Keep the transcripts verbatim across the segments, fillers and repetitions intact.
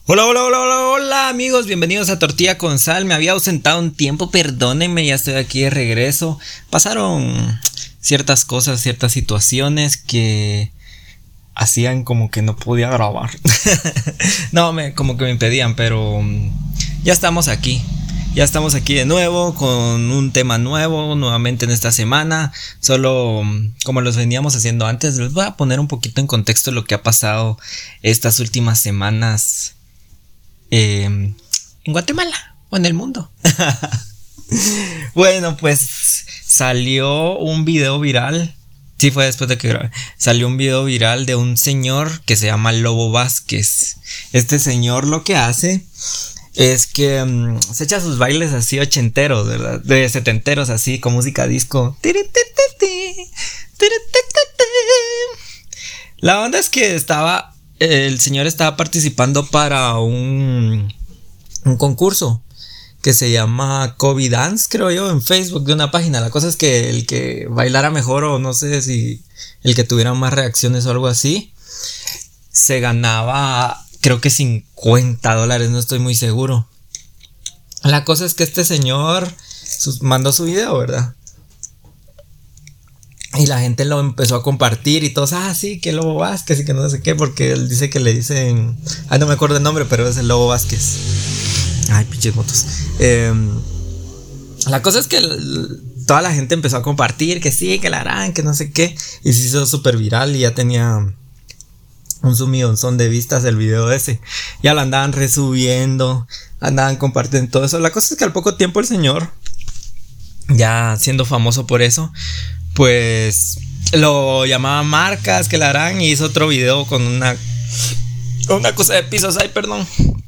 Hola, hola, hola, hola, hola amigos, bienvenidos a Tortilla con Sal. Me había ausentado un tiempo, perdónenme, ya estoy aquí de regreso. Pasaron ciertas cosas, ciertas situaciones que hacían como que no podía grabar. No, me, como que me impedían, pero um, ya estamos aquí. Ya estamos aquí de nuevo con un tema nuevo nuevamente en esta semana. Solo um, como los veníamos haciendo antes, les voy a poner un poquito en contexto lo que ha pasado estas últimas semanas eh, en Guatemala o en el mundo. Bueno, pues salió un video viral. Sí, fue después de que grabé. Salió un video viral de un señor que se llama Lobo Vázquez. Este señor lo que hace es que um, se echa sus bailes así ochenteros, ¿verdad? De setenteros, así con música disco. La onda es que estaba, el señor estaba participando para un, un concurso que se llama Kobe Dance, creo yo, en Facebook de una página. La cosa es que el que bailara mejor, o no sé si el que tuviera más reacciones o algo así, se ganaba, creo que cincuenta dólares, no estoy muy seguro. La cosa es que este señor sus, mandó su video, ¿verdad? Y la gente lo empezó a compartir y todos, ah, sí, que Lobo Vázquez y que no sé qué, porque él dice que le dicen, ah, no me acuerdo el nombre, pero es el Lobo Vázquez. Ay, pinches motos. Eh, la cosa es que el, toda la gente empezó a compartir que sí, que la harán, que no sé qué. Y se hizo súper viral y ya tenía un sumidonzón de vistas el video ese. Ya lo andaban resubiendo, andaban compartiendo todo eso. La cosa es que al poco tiempo el señor, ya siendo famoso por eso, pues lo llamaban marcas, que la harán, y hizo otro video con una, con una cosa de pisos. Ay, perdón.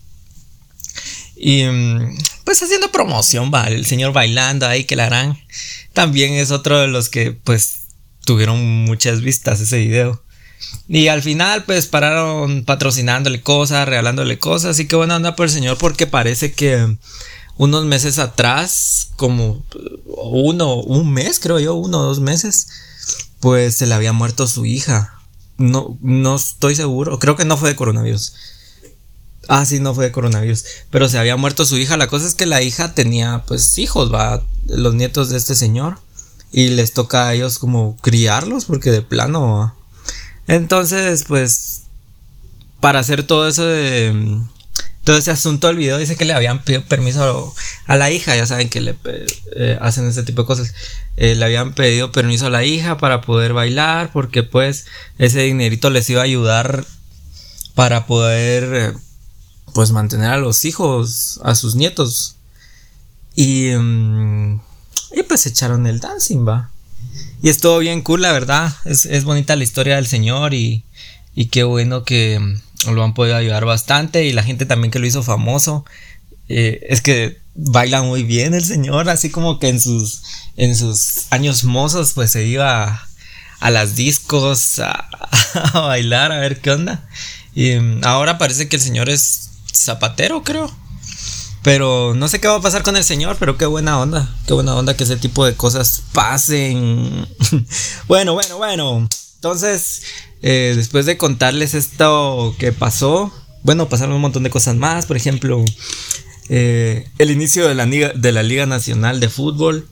Y pues haciendo promoción, va, el señor bailando ahí, que la harán. También es otro de los que pues tuvieron muchas vistas ese video. Y al final pues pararon patrocinándole cosas, regalándole cosas. Y qué buena onda por el señor, porque parece que unos meses atrás, como uno, un mes creo yo, uno o dos meses, pues se le había muerto su hija. No, no estoy seguro, creo que no fue de coronavirus. Ah, sí, no fue de coronavirus, pero se había muerto su hija. La cosa es que la hija tenía pues hijos, va, los nietos de este señor, y les toca a ellos como criarlos, porque de plano va. Entonces pues para hacer todo eso de todo ese asunto del video, dice que le habían pedido permiso a, a la hija. Ya saben que le eh, hacen ese tipo de cosas. eh, Le habían pedido permiso a la hija para poder bailar, porque pues ese dinerito les iba a ayudar para poder eh, pues mantener a los hijos, a sus nietos. Y, um, y pues echaron el dancing, va. Y estuvo bien cool, la verdad. Es, es bonita la historia del señor. Y, y qué bueno que um, lo han podido ayudar bastante. Y la gente también que lo hizo famoso. Eh, es que baila muy bien el señor. Así como que en sus, en sus años mozos pues se iba a, a las discos a, a bailar, a ver qué onda. Y um, ahora parece que el señor es zapatero, creo. Pero no sé qué va a pasar con el señor, pero qué buena onda. Qué buena onda que ese tipo de cosas pasen. Bueno, bueno, bueno. Entonces, eh, después de contarles esto que pasó, bueno, pasaron un montón de cosas más. Por ejemplo, eh, el inicio de la, de la Liga Nacional de Fútbol.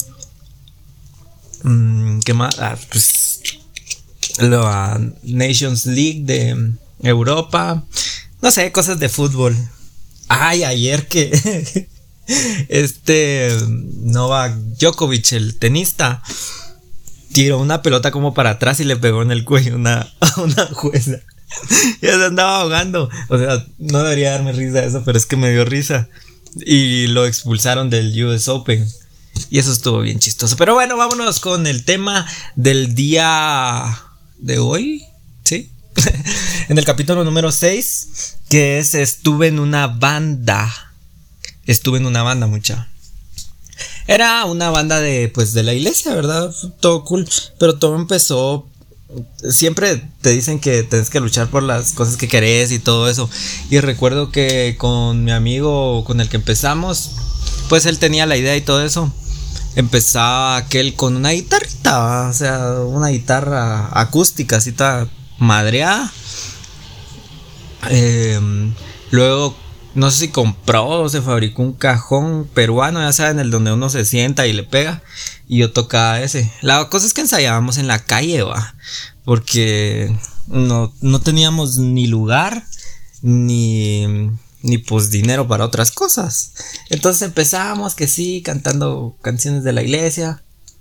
Mm, ¿Qué más? Ah, pues la Nations League de Europa. No sé, cosas de fútbol. Ay, ayer que este Novak Djokovic, el tenista, tiró una pelota como para atrás y le pegó en el cuello una, una jueza. Ya se andaba ahogando. O sea, no debería darme risa eso, pero es que me dio risa. Y lo expulsaron del U S Open. Y eso estuvo bien chistoso. Pero bueno, vámonos con el tema del día de hoy. ¿Sí? En el capítulo número seis, que es estuve en una banda. Estuve en una banda, mucha. Era una banda de, pues, de la iglesia, ¿verdad? Todo cool. Pero todo empezó. Siempre te dicen que tienes que luchar por las cosas que querés y todo eso. Y recuerdo que con mi amigo con el que empezamos, pues él tenía la idea y todo eso. Empezaba aquel con una guitarrita, o sea, una guitarra acústica, así toda madreada. Eh, Luego, no sé si compró o se fabricó un cajón peruano, ya saben, el donde uno se sienta y le pega. Y yo tocaba ese. La cosa es que ensayábamos en la calle, va. Porque no, no teníamos ni lugar, ni, ni pues dinero para otras cosas. Entonces empezábamos que sí, cantando canciones de la iglesia.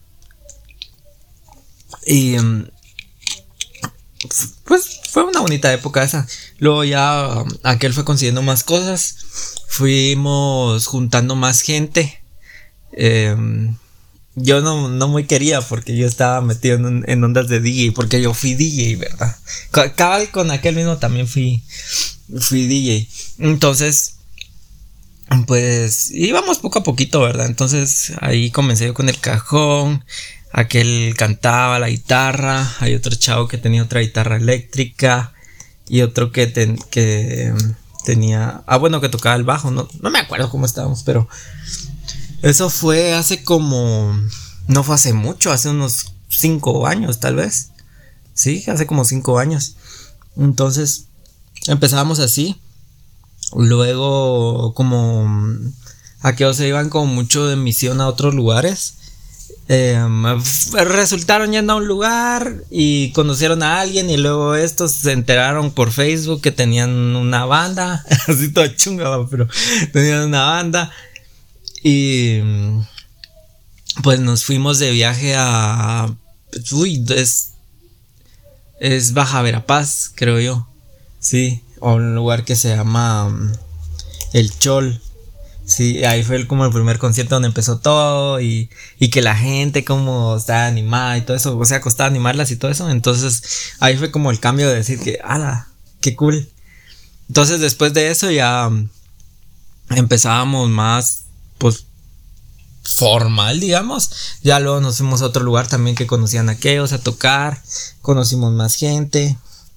Y pues fue una bonita época esa. Luego ya aquel fue consiguiendo más cosas. Fuimos juntando más gente. Eh, yo no, no muy quería porque yo estaba metido en, en ondas de D J. Porque yo fui D J, ¿verdad? Cabal con aquel mismo también fui, fui D J. Entonces, pues íbamos poco a poquito, ¿verdad? Entonces ahí comencé yo con el cajón. Aquel cantaba la guitarra. Hay otro chavo que tenía otra guitarra eléctrica. Y otro que, ten, que tenía... Ah, bueno, que tocaba el bajo. No, no me acuerdo cómo estábamos, pero... Eso fue hace como... No fue hace mucho, hace unos cinco años tal vez. Sí, hace como cinco años. Entonces, empezábamos así. Luego, como... Aquellos se iban como mucho de misión a otros lugares. Eh, resultaron yendo a un lugar y conocieron a alguien y luego estos se enteraron por Facebook que tenían una banda, así toda chunga, pero tenían una banda y pues nos fuimos de viaje a, uy, es, es Baja Verapaz, creo yo, sí, o un lugar que se llama El Chol. Sí, ahí fue el, como el primer concierto donde empezó todo y, y que la gente como estaba animada y todo eso, o sea, costaba animarlas y todo eso. Entonces ahí fue como el cambio de decir que, ¡ala! ¡Qué cool! Entonces después de eso ya empezábamos más, pues, formal, digamos. Ya luego nos fuimos a otro lugar también que conocían a aquellos a tocar, conocimos más gente.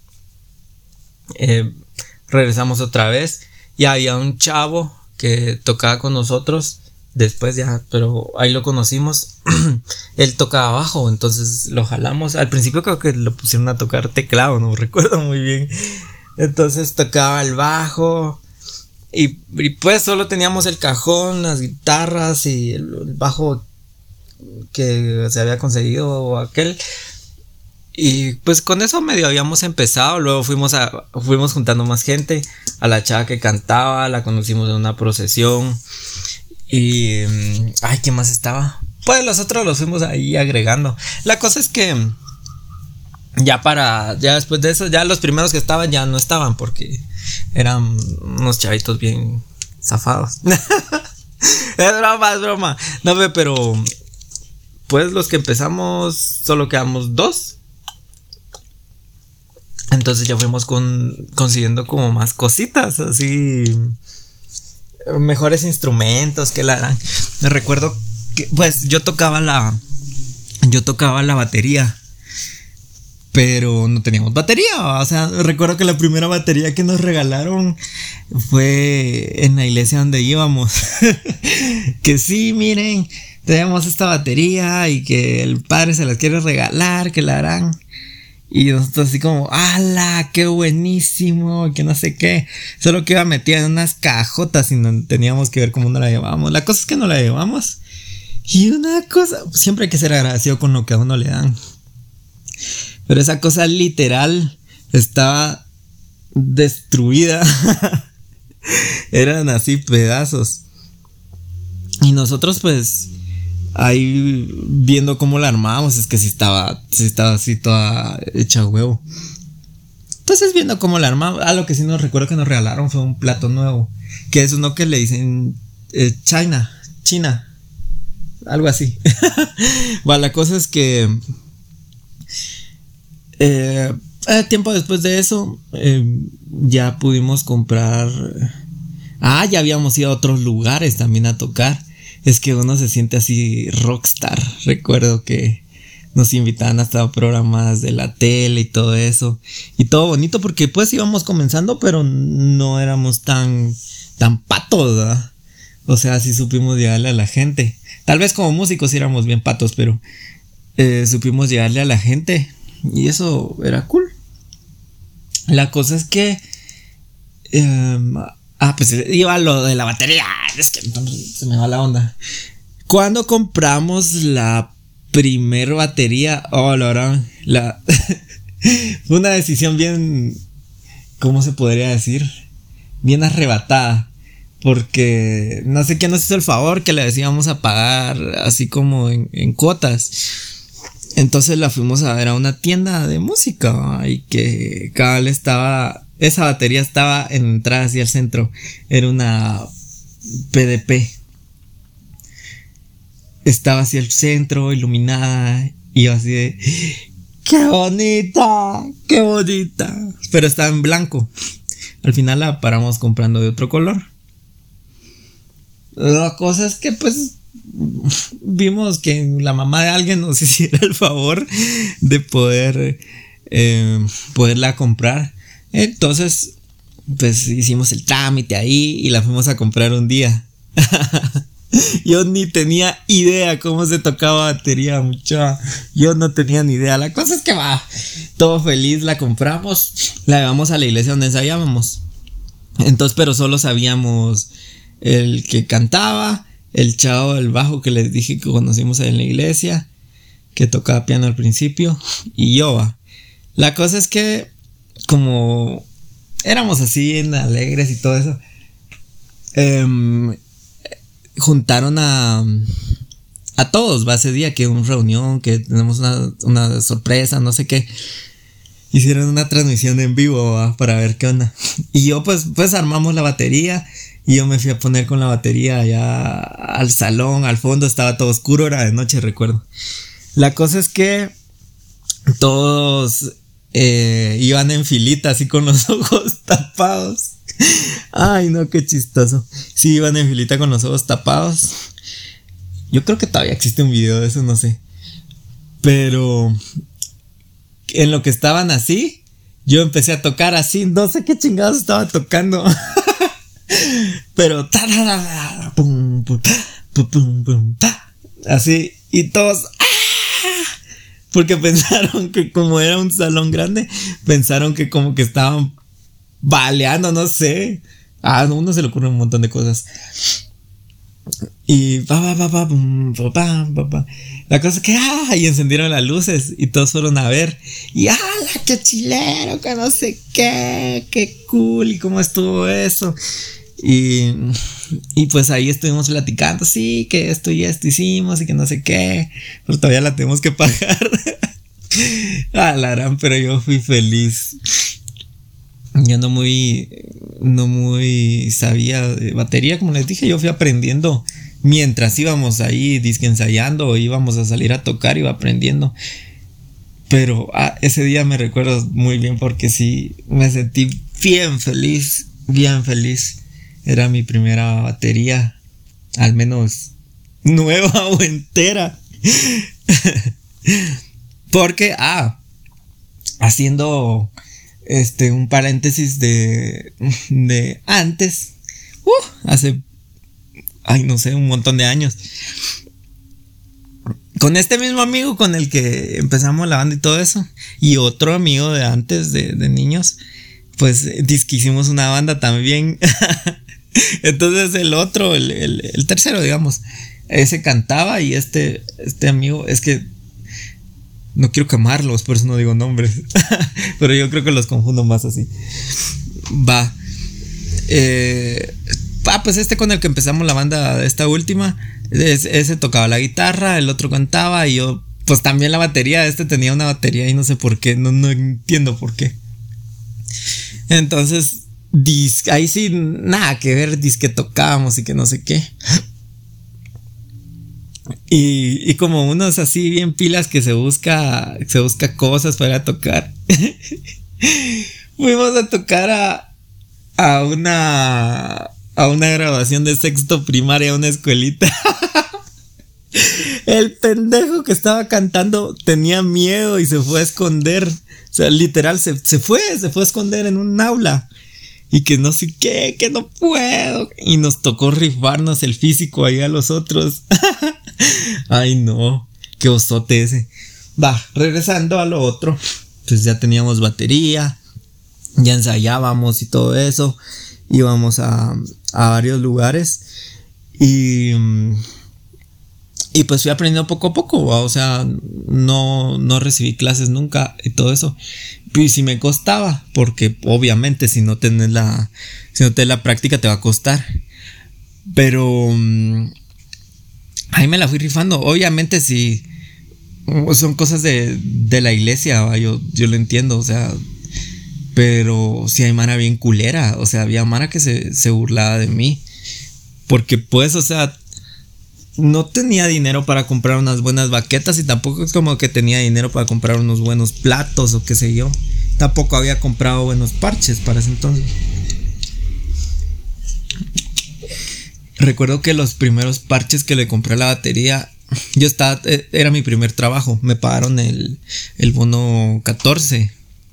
Eh, regresamos otra vez y había un chavo que tocaba con nosotros después ya, pero ahí lo conocimos. Él tocaba bajo, entonces lo jalamos. Al principio creo que lo pusieron a tocar teclado, no recuerdo muy bien. Entonces tocaba el bajo y, y pues solo teníamos el cajón, las guitarras y el, el bajo que se había conseguido aquel. Y pues con eso medio habíamos empezado. Luego fuimos a fuimos juntando más gente. A la chava que cantaba la conocimos en una procesión. Y ay, ¿quién más estaba? Pues los otros los fuimos ahí agregando. La cosa es que ya para ya después de eso, ya los primeros que estaban ya no estaban porque eran unos chavitos bien zafados. Es broma, es broma. No, pero pues los que empezamos solo quedamos dos. Entonces ya fuimos con, consiguiendo como más cositas, así, mejores instrumentos que la harán. Me recuerdo que, pues, yo tocaba la, yo tocaba la batería, pero no teníamos batería. O sea, recuerdo que la primera batería que nos regalaron fue en la iglesia donde íbamos. Que sí, miren, tenemos esta batería y que el padre se las quiere regalar, que la harán. Y nosotros así como, ¡ala! ¡Qué buenísimo! Que no sé qué. Solo que iba metida en unas cajotas y no teníamos que ver cómo no la llevábamos. La cosa es que no la llevamos. Y una cosa, siempre hay que ser agradecido con lo que a uno le dan. Pero esa cosa literal estaba destruida. Eran así pedazos. Y nosotros pues ahí viendo cómo la armábamos, es que sí estaba, sí estaba así toda hecha huevo. Entonces viendo cómo la armábamos, ah, lo que sí nos recuerdo que nos regalaron fue un plato nuevo, que es uno que le dicen eh, China, China, algo así. Bueno, la cosa es que eh, eh, tiempo después de eso eh, ya pudimos comprar. Ah, ya habíamos ido a otros lugares también a tocar. Es que uno se siente así rockstar. Recuerdo que nos invitaban hasta programas de la tele y todo eso. Y todo bonito porque pues íbamos comenzando, pero no éramos tan, tan patos, ¿verdad? O sea, sí supimos llegarle a la gente. Tal vez como músicos sí éramos bien patos, pero eh, supimos llegarle a la gente. Y eso era cool. La cosa es que... Eh, Ah, pues iba lo de la batería. Es que se me va la onda. Cuando compramos la primer batería, oh, la verdad, la fue una decisión bien, ¿cómo se podría decir? Bien arrebatada. Porque no sé quién nos hizo el favor que le decíamos a pagar así como en, en cuotas. Entonces la fuimos a ver a una tienda de música y que cada vez estaba, esa batería estaba en entrada hacia el centro. Era una P D P. Estaba hacia el centro, iluminada, y yo así de ¡qué bonita! ¡Qué bonita! Pero estaba en blanco. Al final la paramos comprando de otro color. La cosa es que pues vimos que la mamá de alguien nos hiciera el favor de poder eh, poderla comprar. Entonces pues hicimos el trámite ahí y la fuimos a comprar un día. Yo ni tenía idea cómo se tocaba batería, mucha. Yo no tenía ni idea. La cosa es que va, todo feliz la compramos, la llevamos a la iglesia donde ensayábamos. Entonces, pero solo sabíamos el que cantaba, el chavo del bajo que les dije que conocimos ahí en la iglesia, que tocaba piano al principio, y yo va. La cosa es que como éramos así en alegres y todo eso, eh, juntaron a a todos, va, ese día que una reunión, que tenemos una, una sorpresa, no sé qué. Hicieron una transmisión en vivo, ¿va? Para ver qué onda. Y yo pues, pues armamos la batería. Y yo me fui a poner con la batería allá al salón, al fondo, estaba todo oscuro, era de noche, recuerdo. La cosa es que todos eh, iban en filita, así con los ojos tapados. Ay, no, qué chistoso. Sí, iban en filita con los ojos tapados. Yo creo que todavía existe un video de eso, no sé. Pero en lo que estaban así, yo empecé a tocar así, no sé qué chingados estaba tocando. Pero ta, ta, ta, pum, pum, pum, pum, pum, ta, así, y todos ¡ah! Porque pensaron que como era un salón grande, pensaron que como que estaban baleando, no sé. A uno se le ocurren un montón de cosas. Y pa, pa, pa, pa, pum, pa, pa, pa, pa. La cosa es que ¡ah! Y encendieron las luces y todos fueron a ver. Y ¡ala! ¡Qué chilero! Que no sé qué. ¡Qué cool! ¿Y cómo estuvo eso? Y, y pues ahí estuvimos platicando, sí, que esto y esto hicimos y que no sé qué, pero todavía la tenemos que pagar. Ah, la gran, pero yo fui feliz. Yo no muy, no muy sabía de batería, como les dije, yo fui aprendiendo mientras íbamos ahí disque ensayando o íbamos a salir a tocar, iba aprendiendo. Pero ah, ese día me recuerdo muy bien porque sí, me sentí bien feliz, bien feliz. Era mi primera batería, al menos nueva o entera. Porque, ah, haciendo este un paréntesis de, de antes, uh, hace, ay, no sé, un montón de años. Con este mismo amigo con el que empezamos la banda y todo eso, y otro amigo de antes, de, de niños, pues disque hicimos una banda también. Entonces el otro, el, el, el tercero, digamos, ese cantaba y este, este amigo, es que no quiero quemarlos, por eso no digo nombres. Pero yo creo que los confundo más así. Va. Eh, ah, pues este con el que empezamos la banda, esta última, ese, ese tocaba la guitarra, el otro cantaba y yo, pues también la batería. Este tenía una batería y no sé por qué, no, no entiendo por qué. Entonces, dis, ahí sí, nada que ver, disque tocábamos y que no sé qué. Y, y como unos así bien pilas que se busca, se busca cosas para tocar. Fuimos a tocar a, a una, a una graduación de sexto primaria, a una escuelita. El pendejo que estaba cantando tenía miedo y se fue a esconder. O sea, literal, se, se fue, se fue a esconder en un aula. Y que no sé qué, que no puedo. Y nos tocó rifarnos el físico ahí a los otros. Ay, no, qué osote ese. Va, regresando a lo otro. Pues ya teníamos batería, ya ensayábamos y todo eso. íbamos a, a varios lugares y, y pues fui aprendiendo poco a poco, o sea, no, no recibí clases nunca y todo eso. Y sí me costaba, porque obviamente si no tenés la, si no tenés la práctica te va a costar. Pero ahí me la fui rifando. Obviamente sí, son cosas de, de la iglesia, ¿va? Yo, yo lo entiendo, o sea, pero sí hay mara bien culera, o sea, había mara que se, se burlaba de mí. Porque pues, o sea, no tenía dinero para comprar unas buenas baquetas y tampoco es como que tenía dinero para comprar unos buenos platos o qué sé yo. Tampoco había comprado buenos parches para ese entonces. Recuerdo que los primeros parches que le compré a la batería, yo estaba, era mi primer trabajo, me pagaron el, el bono catorce.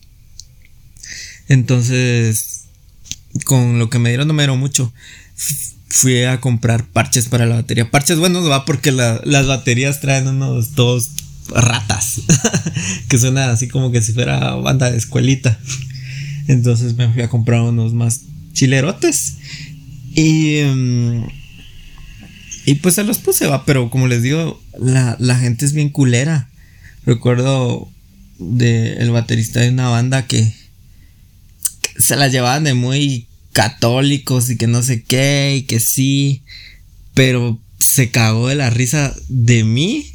Entonces, con lo que me dieron no me dieron mucho. Fui a comprar parches para la batería. Parches buenos, va, porque la, las baterías traen unos dos ratas que suena así como que si fuera banda de escuelita. Entonces me fui a comprar unos más chilerotes y, um, y pues se los puse, va. Pero como les digo, la, la gente es bien culera. Recuerdo de el baterista de una banda que, que se la llevaban de muy católicos y que no sé qué y que sí, pero se cagó de la risa de mí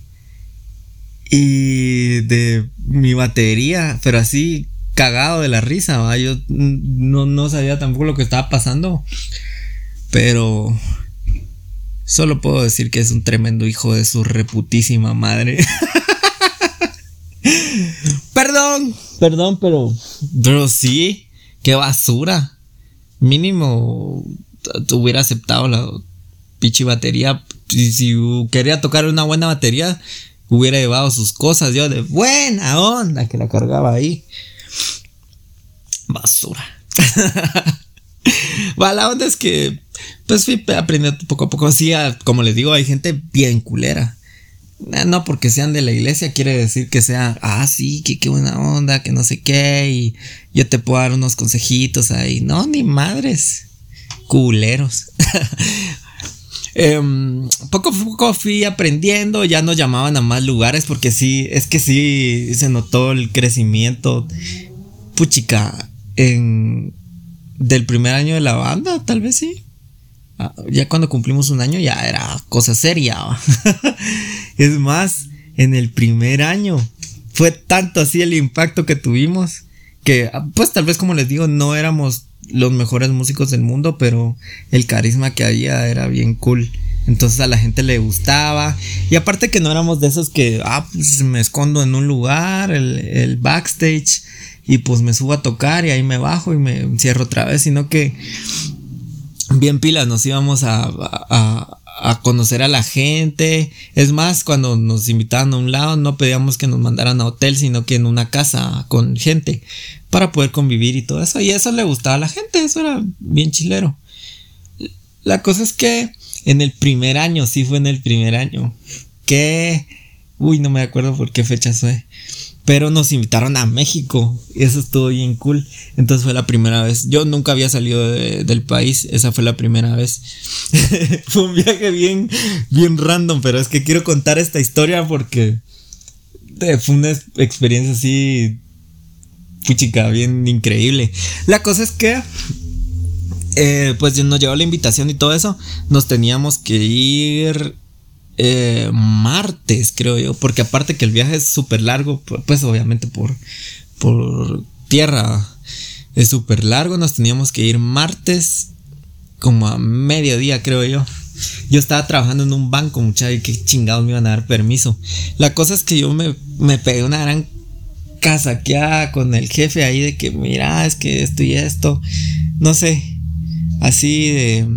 y de mi batería, pero así cagado de la risa, ¿va? Yo no, no sabía tampoco lo que estaba pasando, pero solo puedo decir que es un tremendo hijo de su reputísima madre. Perdón, perdón, pero pero sí, qué basura. Mínimo hubiera aceptado la pinche batería. Si, si quería tocar una buena batería, hubiera llevado sus cosas. Yo de buena onda que la cargaba ahí. Basura. Va, la onda es que pues fui aprendiendo poco a poco. Así, como les digo, hay gente bien culera. No porque sean de la iglesia quiere decir que sea, ah, sí, que qué buena onda, que no sé qué, y yo te puedo dar unos consejitos ahí. No, ni madres, culeros. eh, poco a poco fui aprendiendo, ya nos llamaban a más lugares porque sí, es que sí se notó el crecimiento, puchica, en, del primer año de la banda, tal vez sí. Ya cuando cumplimos un año ya era cosa seria. Es más, en el primer año fue tanto así el impacto que tuvimos que pues tal vez, como les digo, no éramos los mejores músicos del mundo, pero el carisma que había era bien cool. Entonces a la gente le gustaba. Y aparte que no éramos de esos que ah, pues me escondo en un lugar, el, el backstage, y pues me subo a tocar y ahí me bajo y me encierro otra vez, sino que bien pilas, nos íbamos a, a, a conocer a la gente. Es más, cuando nos invitaban a un lado, no pedíamos que nos mandaran a hotel, sino que en una casa con gente para poder convivir y todo eso. Y eso le gustaba a la gente, eso era bien chilero. La cosa es que en el primer año, sí fue en el primer año, que, uy, no me acuerdo por qué fecha fue, pero nos invitaron a México y eso estuvo bien cool. Entonces fue la primera vez. Yo nunca había salido de, del país. Esa fue la primera vez. Fue un viaje bien, bien random, pero es que quiero contar esta historia porque fue una experiencia así, puchica, bien increíble. La cosa es que eh, pues nos llegó la invitación y todo eso. Nos teníamos que ir Eh, martes, creo yo, porque aparte que el viaje es súper largo, pues obviamente por, por tierra es súper largo, nos teníamos que ir martes como a mediodía, creo yo. Yo estaba trabajando en un banco, muchachos, y qué chingados me iban a dar permiso. La cosa es que yo me, me pegué una gran casaqueada con el jefe ahí de que mira, es que esto y esto, no sé, así de...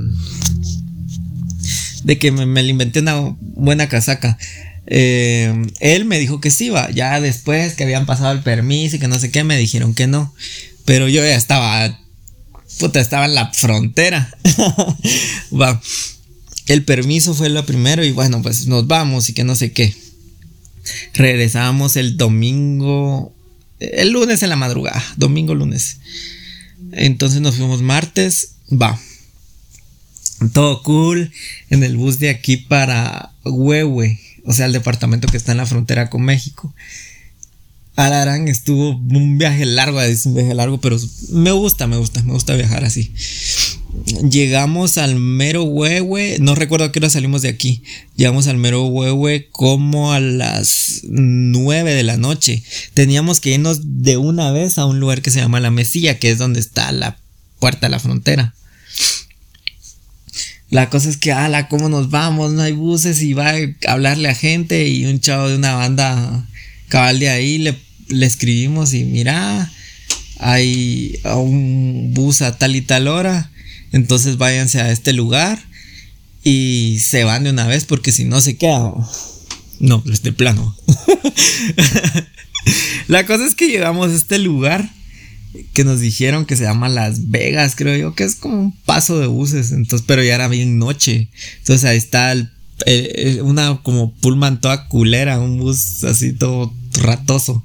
de que me, me le inventé una buena casaca. Eh, él me dijo que sí, va. Ya después que habían pasado el permiso y que no sé qué, me dijeron que no. Pero yo ya estaba, puta, estaba en la frontera. Va. El permiso fue lo primero y bueno, pues nos vamos y que no sé qué. Regresamos el domingo, el lunes en la madrugada, domingo, lunes. Entonces nos fuimos martes. Va. Todo cool. En el bus de aquí para Huehue, o sea, el departamento que está en la frontera con México. Alarán estuvo un viaje largo, es un viaje largo, pero me gusta, me gusta, me gusta viajar así. Llegamos al mero Huehue, no recuerdo a qué hora salimos de aquí. Llegamos al mero Huehue como a las nueve de la noche. Teníamos que irnos de una vez a un lugar que se llama La Mesilla, que es donde está la puerta de la frontera. La cosa es que, ala, ¿cómo nos vamos? No hay buses, y va a hablarle a gente. Y un chavo de una banda cabal de ahí le, le escribimos y mira, hay un bus a tal y tal hora, entonces váyanse a este lugar y se van de una vez porque si no se queda. No, pues de plano. La cosa es que llegamos a este lugar que nos dijeron que se llama Las Vegas, creo yo, que es como un paso de buses, entonces, pero ya era bien noche. Entonces ahí está el, el, una como pullman toda culera, un bus así todo ratoso.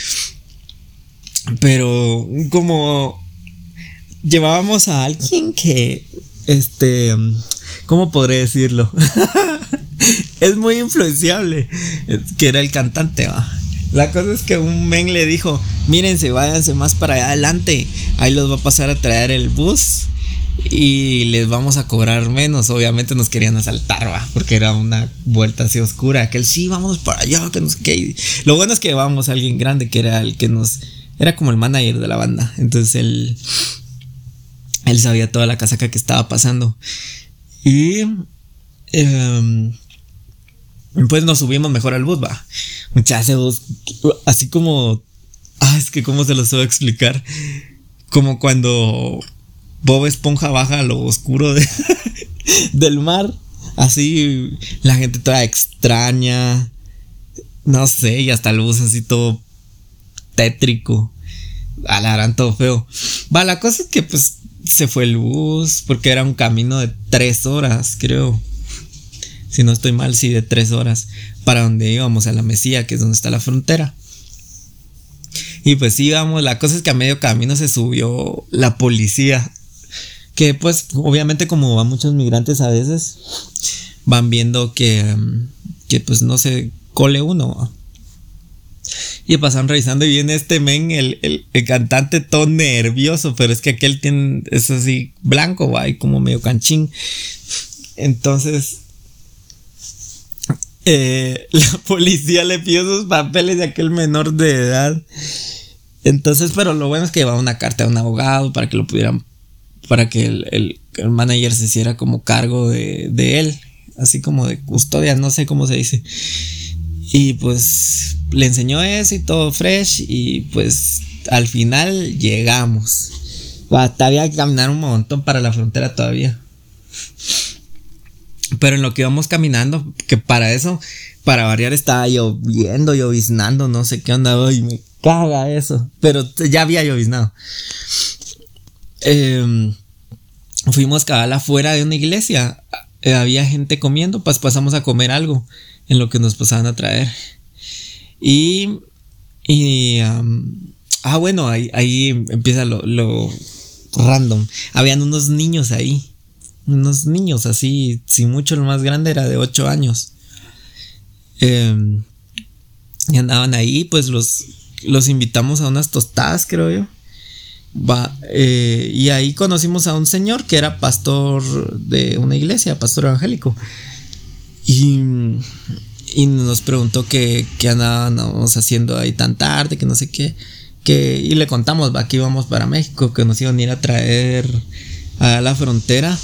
Pero como llevábamos a alguien que, este, ¿cómo podré decirlo? Es muy influenciable, que era el cantante, va. La cosa es que un men le dijo, mírense, váyanse más para allá adelante, ahí los va a pasar a traer el bus y les vamos a cobrar menos. Obviamente nos querían asaltar, va, porque era una vuelta así oscura, que él sí, vamos para allá, que nos que lo bueno es que llevábamos a alguien grande que era el que nos, era como el manager de la banda, entonces él, él sabía toda la casaca que estaba pasando. Y eh, pues nos subimos mejor al bus, va. Muchachos, bus, así como, ah, es que cómo se los puedo explicar, como cuando Bob Esponja baja a lo oscuro de, del mar, así la gente toda extraña, no sé, y hasta el bus así todo tétrico, alarán todo feo. Va, la cosa es que pues se fue el bus porque era un camino de tres horas, creo. Si no estoy mal, sí, de tres horas para donde íbamos, a La Mesilla, que es donde está la frontera. Y pues íbamos, la cosa es que a medio camino se subió la policía, que pues obviamente como van muchos migrantes a veces, van viendo que, que pues no se cole uno. Y pasan revisando y viene este men, el, el, el cantante, todo nervioso, pero es que aquel tiene, es así blanco, va, y como medio canchín. Entonces Eh, la policía le pidió sus papeles de aquel menor de edad. Entonces, pero lo bueno es que llevaba una carta de un abogado para que lo pudieran, para que el, el, el manager se hiciera como cargo de, de él, así como de custodia, no sé cómo se dice. Y pues le enseñó eso y todo fresh. Y pues al final llegamos. Había que caminar un montón para la frontera todavía. Pero en lo que íbamos caminando, que para eso, para variar, estaba lloviendo, lloviznando, no sé qué onda, y me caga eso. Pero ya había lloviznado. Eh, fuimos cabal afuera de una iglesia. Eh, había gente comiendo, pues pasamos a comer algo en lo que nos pasaban a traer. Y, y um, ah, bueno, ahí, ahí empieza lo, lo random. Habían unos niños ahí. Unos niños así, si mucho, lo más grande era de ocho años. Eh, y andaban ahí, pues los, los invitamos a unas tostadas, creo yo. Va, eh, y ahí conocimos a un señor que era pastor de una iglesia, pastor evangélico. Y, y nos preguntó qué, qué andábamos haciendo ahí tan tarde, que no sé qué. Que, y le contamos, va, que íbamos para México, que nos iban a ir a traer a la frontera.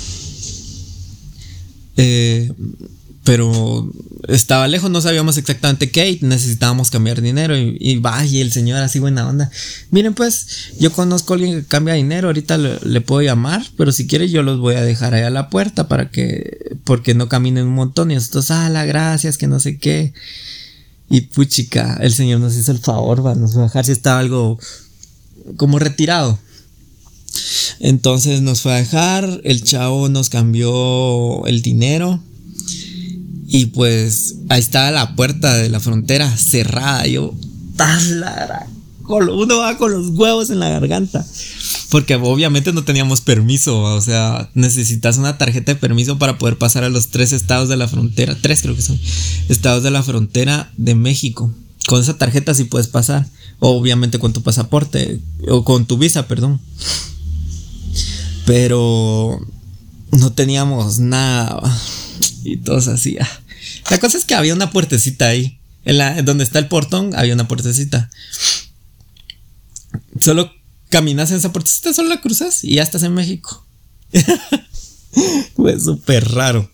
Eh, pero estaba lejos, no sabíamos exactamente qué, y necesitábamos cambiar dinero. Y, y va, y el señor así buena onda: miren, pues yo conozco a alguien que cambia dinero, ahorita le, le puedo llamar, pero si quiere yo los voy a dejar ahí a la puerta para que, porque no caminen un montón. Y nosotros, ah, la gracias, que no sé qué. Y puchica, el señor nos hizo el favor, va, nos fue a dejar, si estaba algo como retirado. Entonces nos fue a dejar, el chavo nos cambió el dinero. Y pues ahí estaba la puerta de la frontera cerrada. Yo, talara, uno va con los huevos en la garganta. Porque obviamente no teníamos permiso, o sea, necesitas una tarjeta de permiso para poder pasar a los tres estados de la frontera, tres creo que son, estados de la frontera de México. Con esa tarjeta sí puedes pasar, obviamente con tu pasaporte, o con tu visa, perdón. Pero no teníamos nada, y todos así. La cosa es que había una puertecita ahí, en la, donde está el portón, había una puertecita. Solo caminas en esa puertecita, solo la cruzas y ya estás en México. Fue súper raro.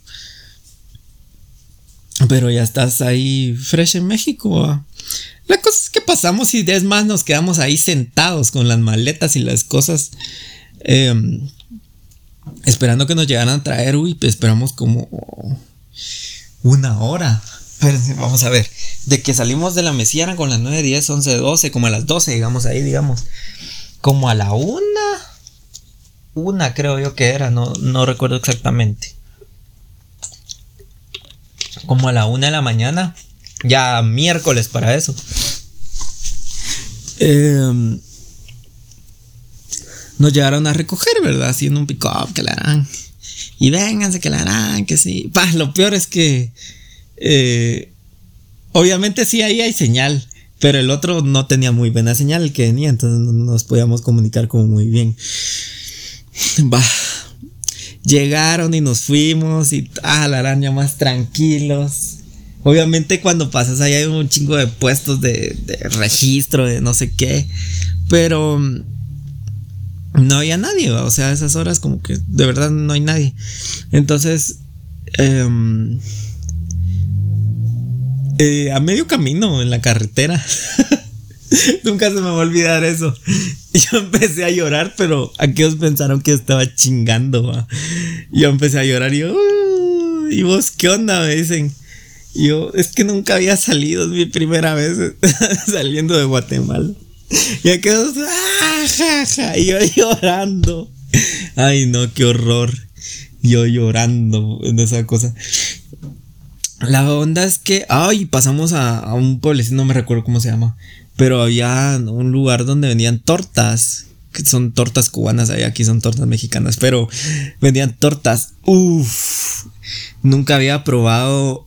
Pero ya estás ahí fresh en México, ¿va? La cosa es que pasamos y es más nos quedamos ahí sentados con las maletas y las cosas, eh, esperando que nos llegaran a traer. Uy, pues esperamos como una hora. Espérense, vamos a ver. De que salimos de la mesía eran con las nueve, diez, once, doce, como a las doce, digamos ahí, digamos. Como a la una. Una creo yo que era, no, no recuerdo exactamente. Como a la una de la mañana. Ya miércoles para eso. Eh, nos llegaron a recoger, ¿verdad? Así en un pick-up, que la harán. Y vénganse, que la harán, que sí. Pa, lo peor es que eh, obviamente sí ahí hay señal, pero el otro no tenía muy buena señal, el que venía, entonces no nos podíamos comunicar como muy bien. Va. Llegaron y nos fuimos y ah, la araña más tranquilos. Obviamente cuando pasas ahí hay un chingo de puestos de, de registro, de no sé qué, pero no había nadie, ¿va? O sea, a esas horas como que de verdad no hay nadie. Entonces, eh, eh, a medio camino en la carretera, nunca se me va a olvidar eso. Yo empecé a llorar, pero aquellos pensaron que yo estaba chingando, ¿va? Yo empecé a llorar y yo, uh, ¿y vos qué onda? Me dicen. Y yo, es que nunca había salido, es mi primera vez saliendo de Guatemala. Y aquellos, ah, ja, ja, y yo llorando. Ay, no, qué horror. Yo llorando en esa cosa. La onda es que, ay, pasamos a, a un pueblecito, no me recuerdo cómo se llama, pero había un lugar donde vendían tortas, que son tortas cubanas, ahí aquí son tortas mexicanas, pero vendían tortas. Uff, nunca había probado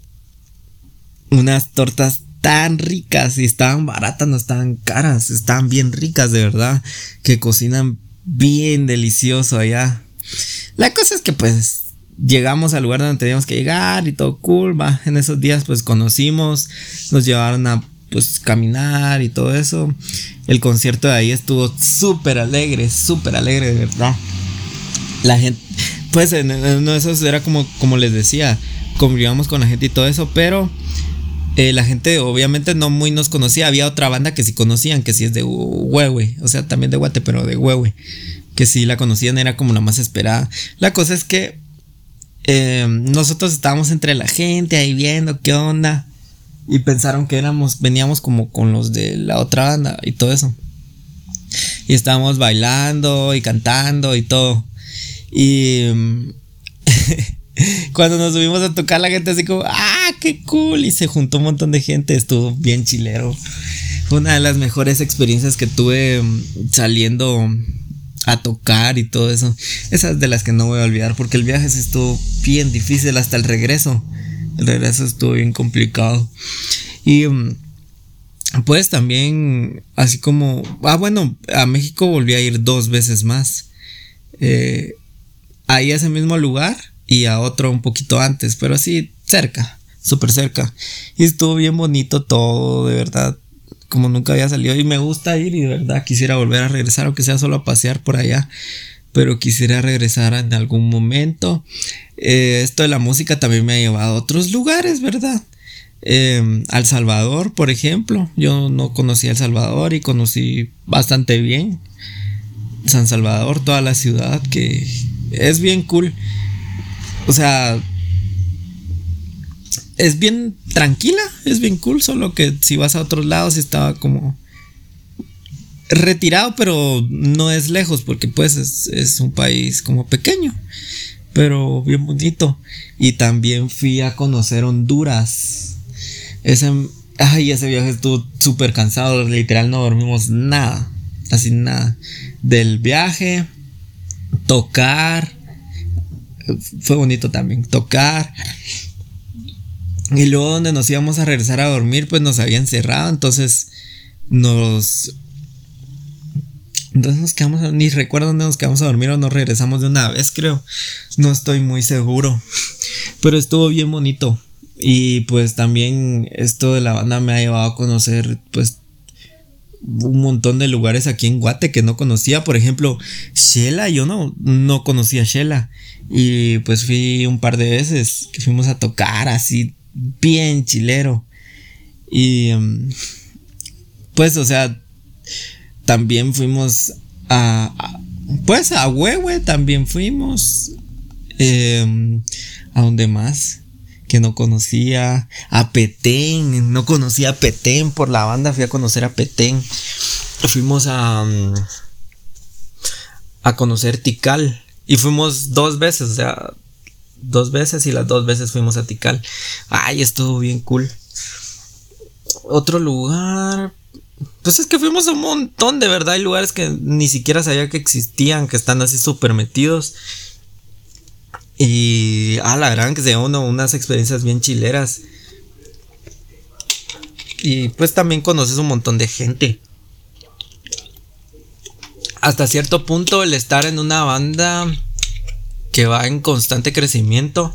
unas tortas tan ricas, y estaban baratas, no estaban caras, estaban bien ricas, de verdad, que cocinan bien delicioso allá. La cosa es que pues llegamos al lugar donde teníamos que llegar y todo cool, va. En esos días pues conocimos, nos llevaron a pues caminar y todo eso. El concierto de ahí estuvo súper alegre, súper alegre, de verdad. La gente, pues en uno de esos era como, como les decía, convivíamos con la gente y todo eso, pero Eh, la gente obviamente no muy nos conocía. Había otra banda que sí conocían, que sí es de Huehue, o sea, también de Guate, pero de Huehue, que sí la conocían, era como la más esperada. La cosa es que eh, nosotros estábamos entre la gente ahí viendo qué onda, y pensaron que éramos, veníamos como con los de la otra banda y todo eso, y estábamos bailando y cantando y todo. Y cuando nos subimos a tocar, la gente así como, ¡ah, qué cool! Y se juntó un montón de gente, estuvo bien chilero. Fue una de las mejores experiencias que tuve saliendo a tocar y todo eso. Esas de las que no voy a olvidar, porque el viaje se estuvo bien difícil hasta el regreso. El regreso estuvo bien complicado. Y pues también, así como, ah, bueno, a México volví a ir dos veces más. Eh, ahí a ese mismo lugar y a otro un poquito antes, pero así cerca, súper cerca. Y estuvo bien bonito todo, de verdad, como nunca había salido. Y me gusta ir y de verdad quisiera volver a regresar, aunque sea solo a pasear por allá, pero quisiera regresar en algún momento. Eh, esto de la música también me ha llevado a otros lugares, ¿verdad? Eh, a El Salvador, por ejemplo. Yo no conocía El Salvador y conocí bastante bien San Salvador, toda la ciudad, que es bien cool. O sea, es bien tranquila, es bien cool, solo que si vas a otros lados estaba como retirado, pero no es lejos, porque pues es, es un país como pequeño, pero bien bonito. Y también fui a conocer Honduras. Ese, ay, ese viaje estuvo súper cansados, literal no dormimos nada, casi nada del viaje. Tocar, fue bonito también, tocar. Y luego donde nos íbamos a regresar a dormir, pues nos habían cerrado, entonces nos... Entonces nos quedamos, ni recuerdo dónde nos quedamos a dormir o nos regresamos de una vez, creo. No estoy muy seguro, pero estuvo bien bonito. Y pues también esto de la banda me ha llevado a conocer pues un montón de lugares aquí en Guate que no conocía. Por ejemplo, Shela, yo no, no conocía Shela. Y pues fui un par de veces que fuimos a tocar así bien chilero. Y pues o sea, también fuimos a, a pues a Huehue también fuimos. Eh, ¿A dónde más? Que no conocía. A Petén, no conocía a Petén por la banda, fui a conocer a Petén. Fuimos a a conocer Tikal y fuimos dos veces, o sea, dos veces y las dos veces fuimos a Tikal. Ay, estuvo bien cool. Otro lugar, pues es que fuimos a un montón, de verdad. Hay lugares que ni siquiera sabía que existían, que están así súper metidos. Y ah, la verdad que se dio uno unas experiencias bien chileras. Y pues también conoces un montón de gente. Hasta cierto punto el estar en una banda que va en constante crecimiento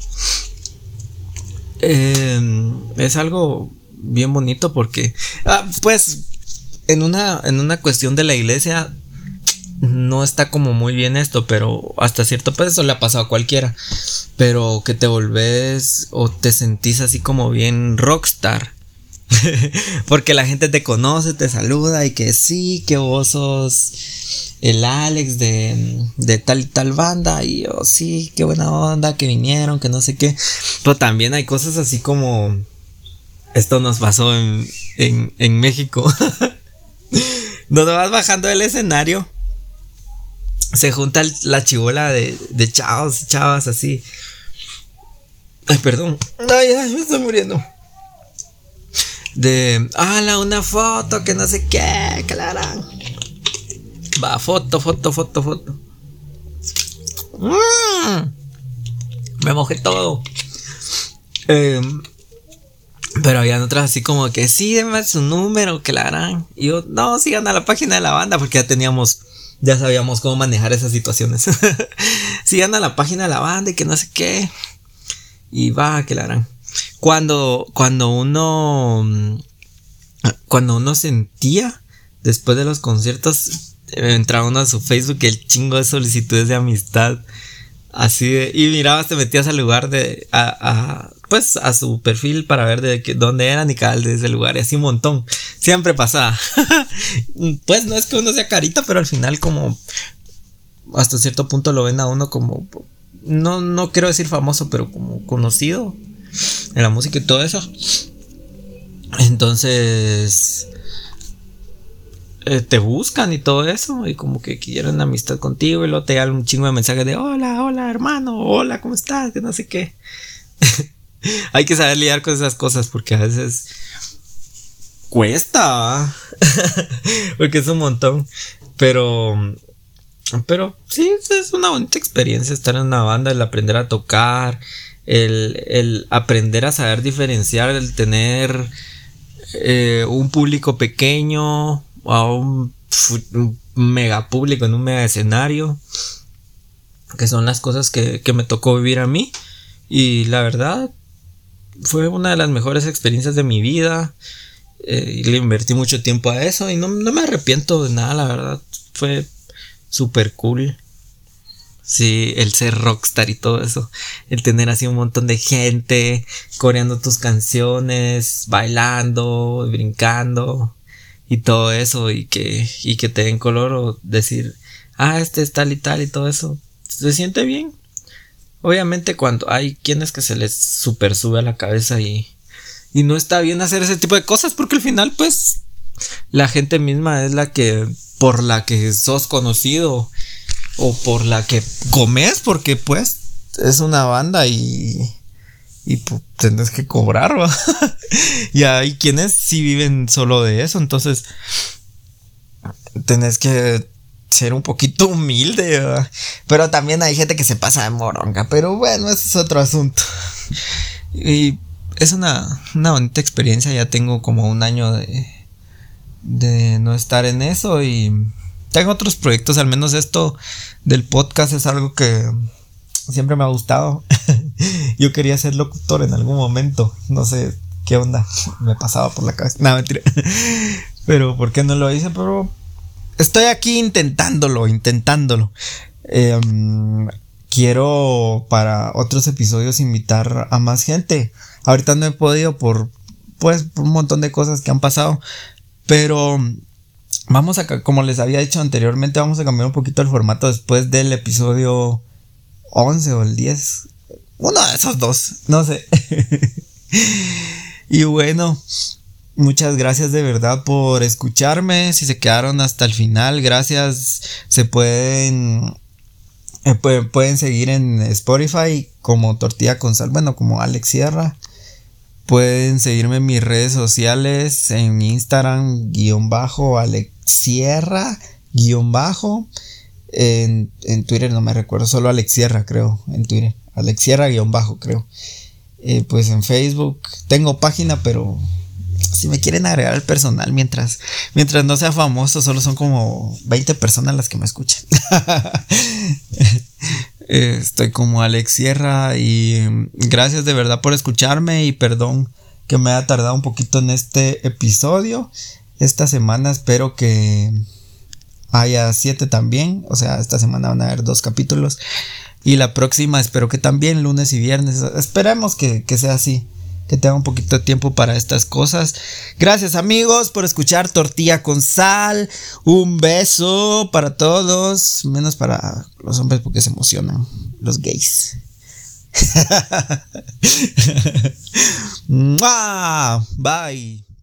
eh, es algo bien bonito porque ah, pues en una, en una cuestión de la iglesia no está como muy bien esto, pero hasta cierto punto eso le ha pasado a cualquiera. Pero que te volvés o te sentís así como bien rockstar. Porque la gente te conoce, te saluda y que sí, que vos sos el Alex de, de tal y tal banda. Y yo, oh, sí, qué buena onda, que vinieron, que no sé qué. Pero también hay cosas así como... Esto nos pasó en, en, en México. Donde vas bajando del escenario, se junta el, la chibola de, de chavos y chavas así. Ay, perdón. Ay, ay, me estoy muriendo. De, ala, una foto, que no sé qué, que la harán. Va, foto, foto, foto, foto. Mm, me mojé todo. Eh, pero habían otras así como que sí, denme su número, que la harán. Y yo, no, sigan a la página de la banda, porque ya teníamos, ya sabíamos cómo manejar esas situaciones. Sigan a la página de la banda y que no sé qué. Y va, que la harán. Cuando, cuando uno, cuando uno sentía, después de los conciertos, entraba uno a su Facebook y el chingo de solicitudes de amistad. Así de, y mirabas, te metías al lugar de, a, a, pues a su perfil para ver de que, dónde eran y cada de ese lugar, y así un montón. Siempre pasaba. Pues no es que uno sea carita, pero al final como hasta cierto punto lo ven a uno como, no, no quiero decir famoso, pero como conocido en la música y todo eso. Entonces eh, te buscan y todo eso, y como que quieren amistad contigo, y luego te dan un chingo de mensajes de hola, hola hermano, hola, ¿cómo estás? Que no sé qué. Hay que saber lidiar con esas cosas porque a veces cuesta. Porque es un montón. Pero Pero sí, es una bonita experiencia estar en una banda, el aprender a tocar, el, el aprender a saber diferenciar, el tener eh, un público pequeño a un, un mega público en un mega escenario, que son las cosas que, que me tocó vivir a mí. Y la verdad fue una de las mejores experiencias de mi vida. Eh, y le invertí mucho tiempo a eso y no, no me arrepiento de nada, la verdad. Fue súper cool. Sí, el ser rockstar y todo eso. El tener así un montón de gente coreando tus canciones, bailando, brincando y todo eso. Y que, y que te den color o decir, ah, este es tal y tal y todo eso. Se siente bien. Obviamente cuando hay quienes que se les super sube a la cabeza y, y no está bien hacer ese tipo de cosas, porque al final pues la gente misma es la que, por la que sos conocido o por la que comes, porque pues es una banda y, y pues tenés que cobrar, ¿va? Y hay quienes sí viven solo de eso, entonces tenés que ser un poquito humilde, ¿va? Pero también hay gente que se pasa de moronga, pero bueno, ese es otro asunto. Y es una, una bonita experiencia. Ya tengo como un año de, de no estar en eso y tengo otros proyectos. Al menos esto del podcast es algo que siempre me ha gustado. Yo quería ser locutor en algún momento. No sé qué onda me pasaba por la cabeza. No, mentira. Pero ¿por qué no lo hice? Pero estoy aquí intentándolo, intentándolo. Eh, quiero para otros episodios invitar a más gente. Ahorita no he podido por, pues, por un montón de cosas que han pasado. Pero vamos a, como les había dicho anteriormente, vamos a cambiar un poquito el formato después del episodio once o el diez. Uno de esos dos, no sé. Y bueno, muchas gracias de verdad por escucharme. Si se quedaron hasta el final, gracias. Se pueden eh, pueden, pueden seguir en Spotify como Tortilla con Sal, bueno, como Alex Sierra. Pueden seguirme en mis redes sociales, en Instagram, guión bajo, Alex Sierra, guión bajo. En, en Twitter no me recuerdo, solo Alex Sierra creo, en Twitter. Alex Sierra, guión bajo creo. Eh, pues en Facebook tengo página, pero si me quieren agregar el personal mientras, mientras no sea famoso, solo son como veinte personas las que me escuchan. Estoy como Alex Sierra y gracias de verdad por escucharme y perdón que me haya tardado un poquito en este episodio. Esta semana espero que haya siete también, o sea, esta semana van a haber dos capítulos y la próxima espero que también lunes y viernes. Esperemos que, que sea así, que tenga un poquito de tiempo para estas cosas. Gracias amigos por escuchar Tortilla con Sal. Un beso para todos, menos para los hombres porque se emocionan, los gays. Bye.